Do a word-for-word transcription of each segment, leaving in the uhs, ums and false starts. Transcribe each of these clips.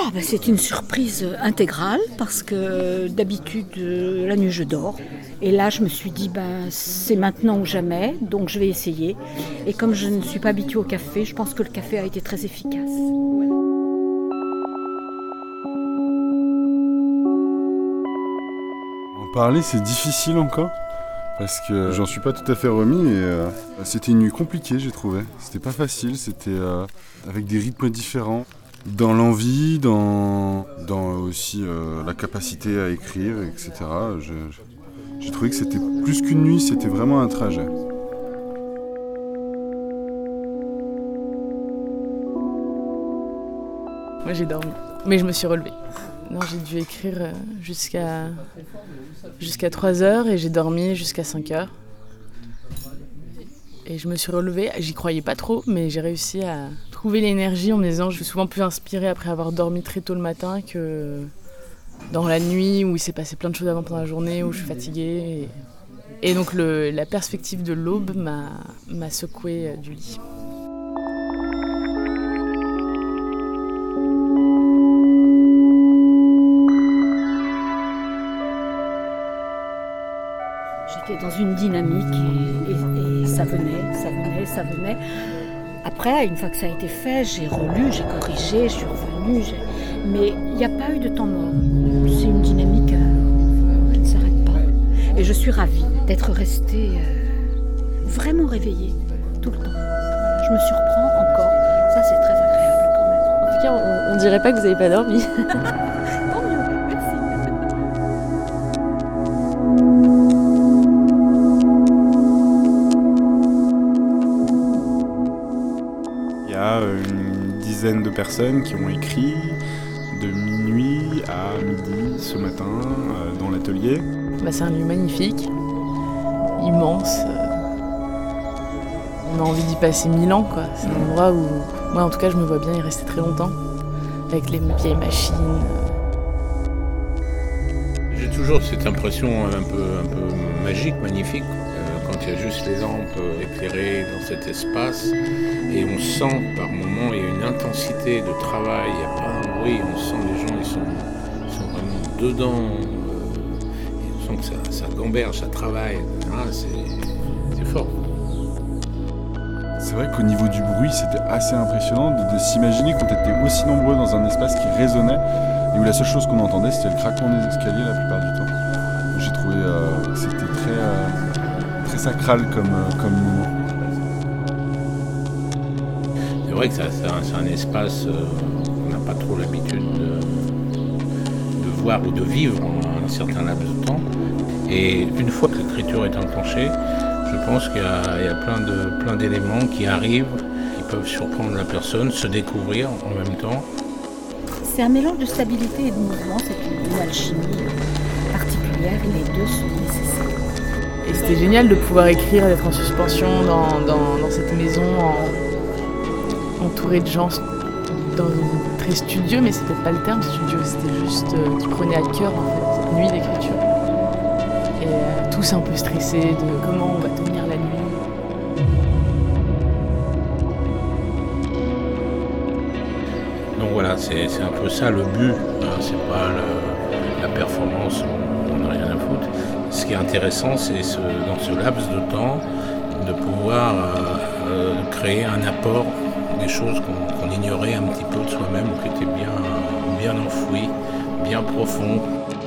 Ah bah c'est une surprise intégrale parce que d'habitude euh, la nuit je dors et là je me suis dit ben c'est maintenant ou jamais donc je vais essayer et comme je ne suis pas habituée au café, je pense que le café a été très efficace. En parler c'est difficile encore parce que j'en suis pas tout à fait remis et euh, c'était une nuit compliquée j'ai trouvé. C'était pas facile, c'était euh, avec des rythmes différents. Dans l'envie, dans, dans aussi euh, la capacité à écrire, et cetera. Je, je, j'ai trouvé que c'était plus qu'une nuit, c'était vraiment un trajet. Moi j'ai dormi, mais je me suis relevée. Non, j'ai dû écrire jusqu'à, jusqu'à trois heures et j'ai dormi jusqu'à cinq heures. Et je me suis relevée, j'y croyais pas trop, mais j'ai réussi à trouver l'énergie en me disant je suis souvent plus inspirée après avoir dormi très tôt le matin que dans la nuit où il s'est passé plein de choses avant pendant la journée, où je suis fatiguée. Et, et donc le, la perspective de l'aube m'a, m'a secouée du lit. J'étais dans une dynamique et, et, et ça venait, ça venait, ça venait. Après, une fois que ça a été fait, j'ai relu, j'ai corrigé, je suis revenue. J'ai... Mais il n'y a pas eu de temps mort. C'est une dynamique euh, qui ne s'arrête pas. Et je suis ravie d'être restée euh, vraiment réveillée tout le temps. Voilà, je me surprends encore. Ça, c'est très agréable quand même. En tout cas, on ne dirait pas que vous n'avez pas dormi. Tant mieux, merci. Il y a une dizaine de personnes qui ont écrit de minuit à midi ce matin euh, dans l'atelier. Bah, c'est un lieu magnifique, immense. On a envie d'y passer mille ans, quoi. C'est un endroit où, moi en tout cas, je me vois bien y rester très longtemps, avec les vieilles machines. J'ai toujours cette impression un peu, un peu magique, magnifique. Quand il y a juste les lampes éclairées dans cet espace et on sent par moments il y a une intensité de travail, il n'y a pas un bruit, on sent les gens ils sont, ils sont vraiment dedans, euh, et on sent que ça, ça gamberge, ça travaille, ah, c'est, c'est fort. C'est vrai qu'au niveau du bruit c'était assez impressionnant de, de s'imaginer qu'on était aussi nombreux dans un espace qui résonnait et où la seule chose qu'on entendait c'était le craquement des escaliers la plupart du temps. J'ai trouvé euh, que c'était très... Euh, très sacral comme, comme moment. C'est vrai que ça, c'est, un, c'est un espace euh, qu'on n'a pas trop l'habitude de, de voir ou de vivre en un certain laps de temps. Et une fois que l'écriture est enclenchée, je pense qu'il y a, il y a plein, de, plein d'éléments qui arrivent, qui peuvent surprendre la personne, se découvrir en même temps. C'est un mélange de stabilité et de mouvement, c'est une alchimie particulière et les deux sont nécessaires. Et c'était génial de pouvoir écrire, d'être en suspension dans, dans, dans cette maison, en, entouré de gens dans, très studieux, mais c'était pas le terme studio, c'était juste, euh, tu prenais à cœur en fait, cette nuit d'écriture. Et euh, tous un peu stressés de comment on va tenir la nuit. Donc voilà, c'est, c'est un peu ça le but, hein, c'est pas le, la performance, on n'a rien à foutre. Ce qui est intéressant, c'est ce, dans ce laps de temps, de pouvoir euh, euh, créer un apport, des choses qu'on, qu'on ignorait un petit peu de soi-même, qui étaient bien, bien enfouies, bien profondes.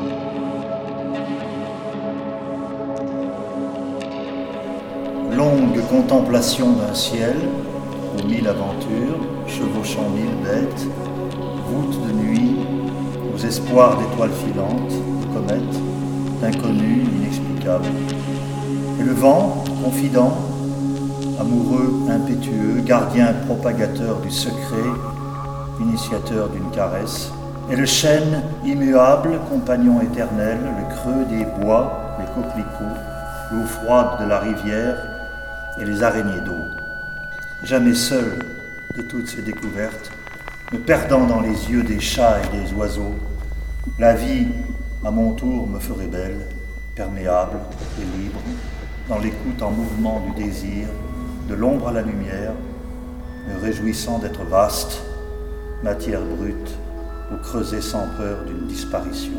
Longue contemplation d'un ciel, aux mille aventures, chevauchant mille bêtes, voûte de nuit, aux espoirs d'étoiles filantes, de comètes, d'inconnus inexplicables. Et le vent, confident, amoureux, impétueux, gardien propagateur du secret, initiateur d'une caresse, et le chêne immuable, compagnon éternel, le creux des bois, les coquelicots, l'eau froide de la rivière et les araignées d'eau. Jamais seul de toutes ces découvertes, me perdant dans les yeux des chats et des oiseaux, la vie, à mon tour, me ferait belle, perméable et libre, dans l'écoute en mouvement du désir, de l'ombre à la lumière, me réjouissant d'être vaste, matière brute, au creuset sans peur d'une disparition.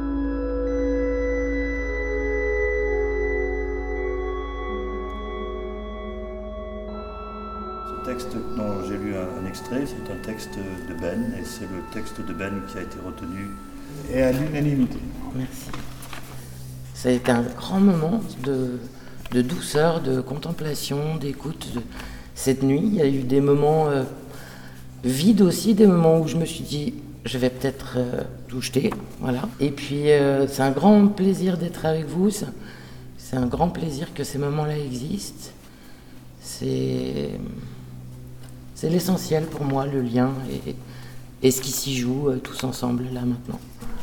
Ce texte dont j'ai lu un, un extrait, c'est un texte de Ben, et c'est le texte de Ben qui a été retenu. Et à l'unanimité. Merci. Ça a été un grand moment de, de douceur, de contemplation, d'écoute. De... Cette nuit, il y a eu des moments euh, vides aussi, des moments où je me suis dit, je vais peut-être euh, tout jeter, voilà. Et puis, euh, c'est un grand plaisir d'être avec vous. C'est, c'est un grand plaisir que ces moments-là existent. C'est, c'est l'essentiel pour moi, le lien et, et ce qui s'y joue euh, tous ensemble, là, maintenant.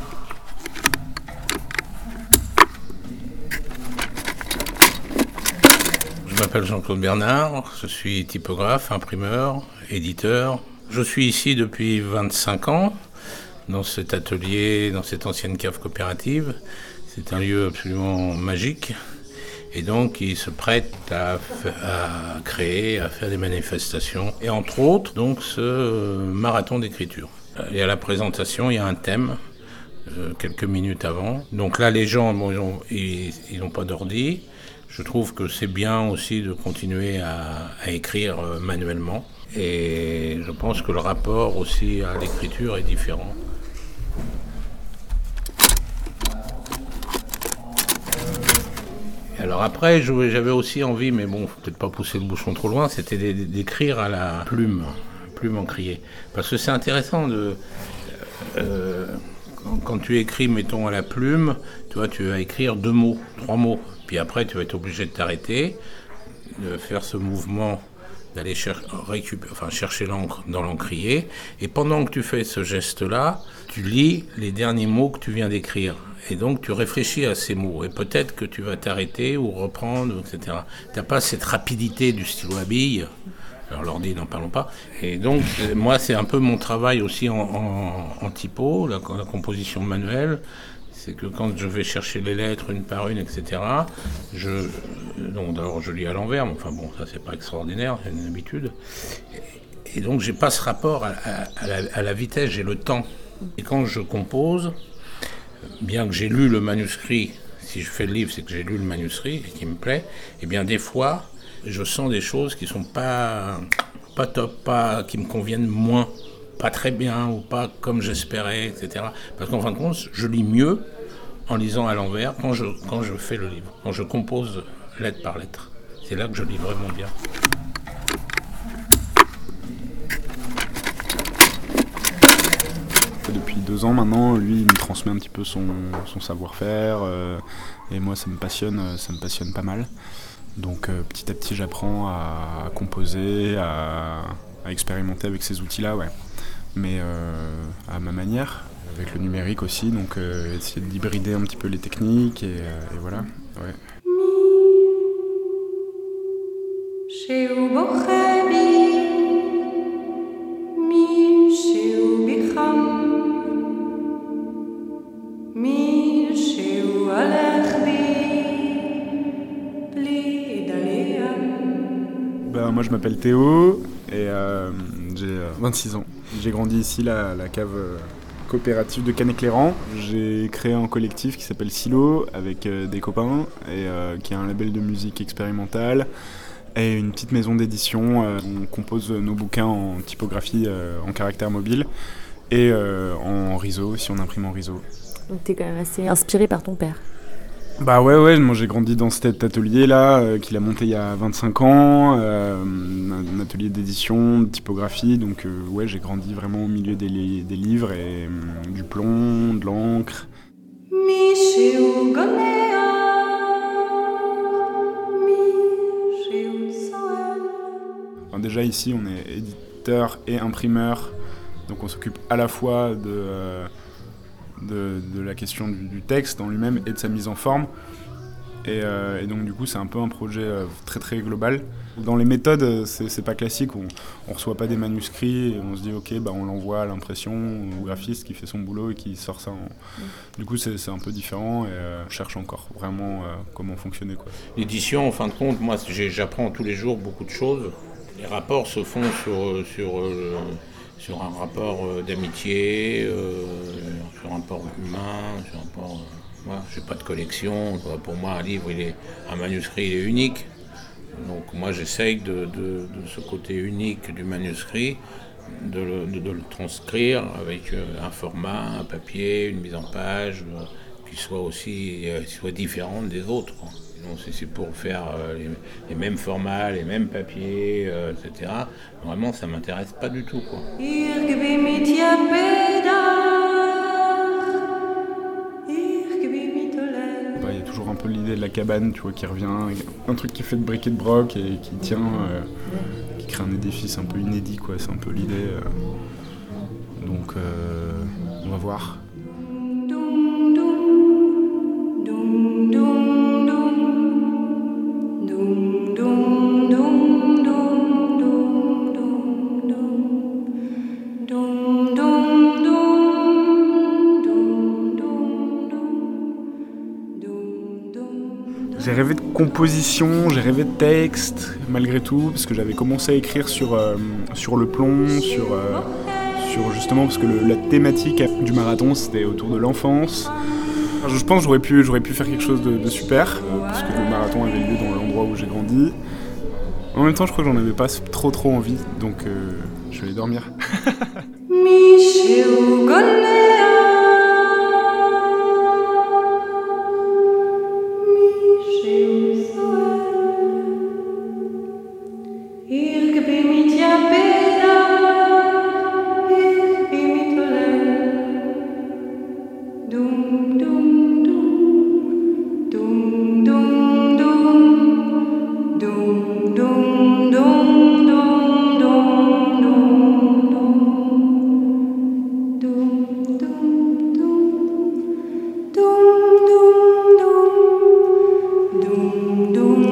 Je m'appelle Jean-Claude Bernard, je suis typographe, imprimeur, éditeur. Je suis ici depuis vingt-cinq ans, dans cet atelier, dans cette ancienne cave coopérative. C'est un lieu absolument magique, et donc il se prête à, à créer, à faire des manifestations, et entre autres, donc ce marathon d'écriture. Et à la présentation, il y a un thème, euh, quelques minutes avant. Donc là, les gens, bon, ils n'ont pas d'ordi. Je trouve que c'est bien aussi de continuer à, à écrire manuellement. Et je pense que le rapport aussi à l'écriture est différent. Et alors après, j'avais aussi envie, mais bon, faut peut-être pas pousser le bouchon trop loin, c'était d'écrire à la plume, plume encriée. Parce que c'est intéressant de... Euh, quand, quand tu écris, mettons, à la plume, tu vois, tu vas écrire deux mots, trois mots. Puis après, tu vas être obligé de t'arrêter, de faire ce mouvement, d'aller cher- récup- enfin, chercher l'encre dans l'encrier. Et pendant que tu fais ce geste-là, tu lis les derniers mots que tu viens d'écrire. Et donc, tu réfléchis à ces mots. Et peut-être que tu vas t'arrêter ou reprendre, et cetera. Tu n'as pas cette rapidité du stylo à bille. Alors, l'ordi, n'en parlons pas. Et donc, moi, c'est un peu mon travail aussi en, en, en typo, la, la composition manuelle. C'est que quand je vais chercher les lettres une par une, et cetera, je, donc d'abord je lis à l'envers, mais enfin bon, ça c'est pas extraordinaire, c'est une habitude. Et, et donc j'ai pas ce rapport à, à, à, la, à la vitesse, j'ai le temps. Et quand je compose, bien que j'ai lu le manuscrit, si je fais le livre, c'est que j'ai lu le manuscrit et qui me plaît, et bien des fois, je sens des choses qui sont pas, pas top, pas, qui me conviennent moins, pas très bien ou pas comme j'espérais, et cetera. Parce qu'en fin de compte, je lis mieux en lisant à l'envers quand je, quand je fais le livre, quand je compose lettre par lettre. C'est là que je lis vraiment bien. Depuis deux ans maintenant, lui, il me transmet un petit peu son, son savoir-faire, euh, et moi, ça me passionne, ça me passionne pas mal. Donc euh, petit à petit, j'apprends à, à composer, à, à expérimenter avec ces outils-là, ouais. Mais euh, à ma manière, avec le numérique aussi, donc euh, essayer d'hybrider un petit peu les techniques, et, euh, et voilà, ouais. Ben, moi je m'appelle Théo et euh, j'ai euh, vingt-six ans. J'ai grandi ici, la, la cave euh, coopérative de Canet-Cléran. J'ai créé un collectif qui s'appelle Silo avec euh, des copains et euh, qui est un label de musique expérimentale et une petite maison d'édition. Euh, on compose nos bouquins en typographie euh, en caractère mobile et euh, en riso, si on imprime en riso. Donc t'es quand même assez inspiré par ton père. Bah ouais, ouais, moi j'ai grandi dans cet atelier-là, euh, qu'il a monté il y a vingt-cinq ans, euh, un atelier d'édition, de typographie, donc euh, ouais, j'ai grandi vraiment au milieu des, li- des livres et euh, du plomb, de l'encre. Alors déjà ici, on est éditeur et imprimeur, donc on s'occupe à la fois de... Euh, De, de la question du, du texte en lui-même et de sa mise en forme. Et, euh, et donc du coup c'est un peu un projet euh, très très global. Dans les méthodes, c'est, c'est pas classique, on, on reçoit pas des manuscrits et on se dit ok, bah, on l'envoie à l'impression au graphiste qui fait son boulot et qui sort ça. En... Mm. Du coup c'est, c'est un peu différent et euh, on cherche encore vraiment euh, comment fonctionner, quoi. L'édition, en fin de compte, moi j'apprends tous les jours beaucoup de choses. Les rapports se font sur, sur euh, sur un rapport euh, d'amitié, euh, sur un rapport humain, sur un rapport... Euh, moi, j'ai pas de collection. Pour moi, un livre, il est, un manuscrit, il est unique. Donc moi, j'essaye de, de, de ce côté unique du manuscrit, de le, de, de le transcrire avec un format, un papier, une mise en page, euh, qui soit aussi euh, qui soit différente des autres, quoi. Donc, si c'est pour faire euh, les, les mêmes formats, les mêmes papiers, euh, et cetera, vraiment, ça m'intéresse pas du tout, quoi. Il y a toujours un peu l'idée de la cabane, tu vois, qui revient, un truc qui fait de briquet de broc et qui tient, euh, qui crée un édifice un peu inédit, quoi. C'est un peu l'idée. Euh. Donc, euh, on va voir. J'ai rêvé de composition, j'ai rêvé de texte, malgré tout, parce que j'avais commencé à écrire sur, euh, sur le plomb, sur, euh, sur justement, parce que le, la thématique du marathon, c'était autour de l'enfance. Je pense que j'aurais pu, j'aurais pu faire quelque chose de, de super, euh, parce que le marathon avait lieu dans l'endroit où j'ai grandi. En même temps, je crois que j'en avais pas trop trop envie, donc euh, je vais aller dormir. Dum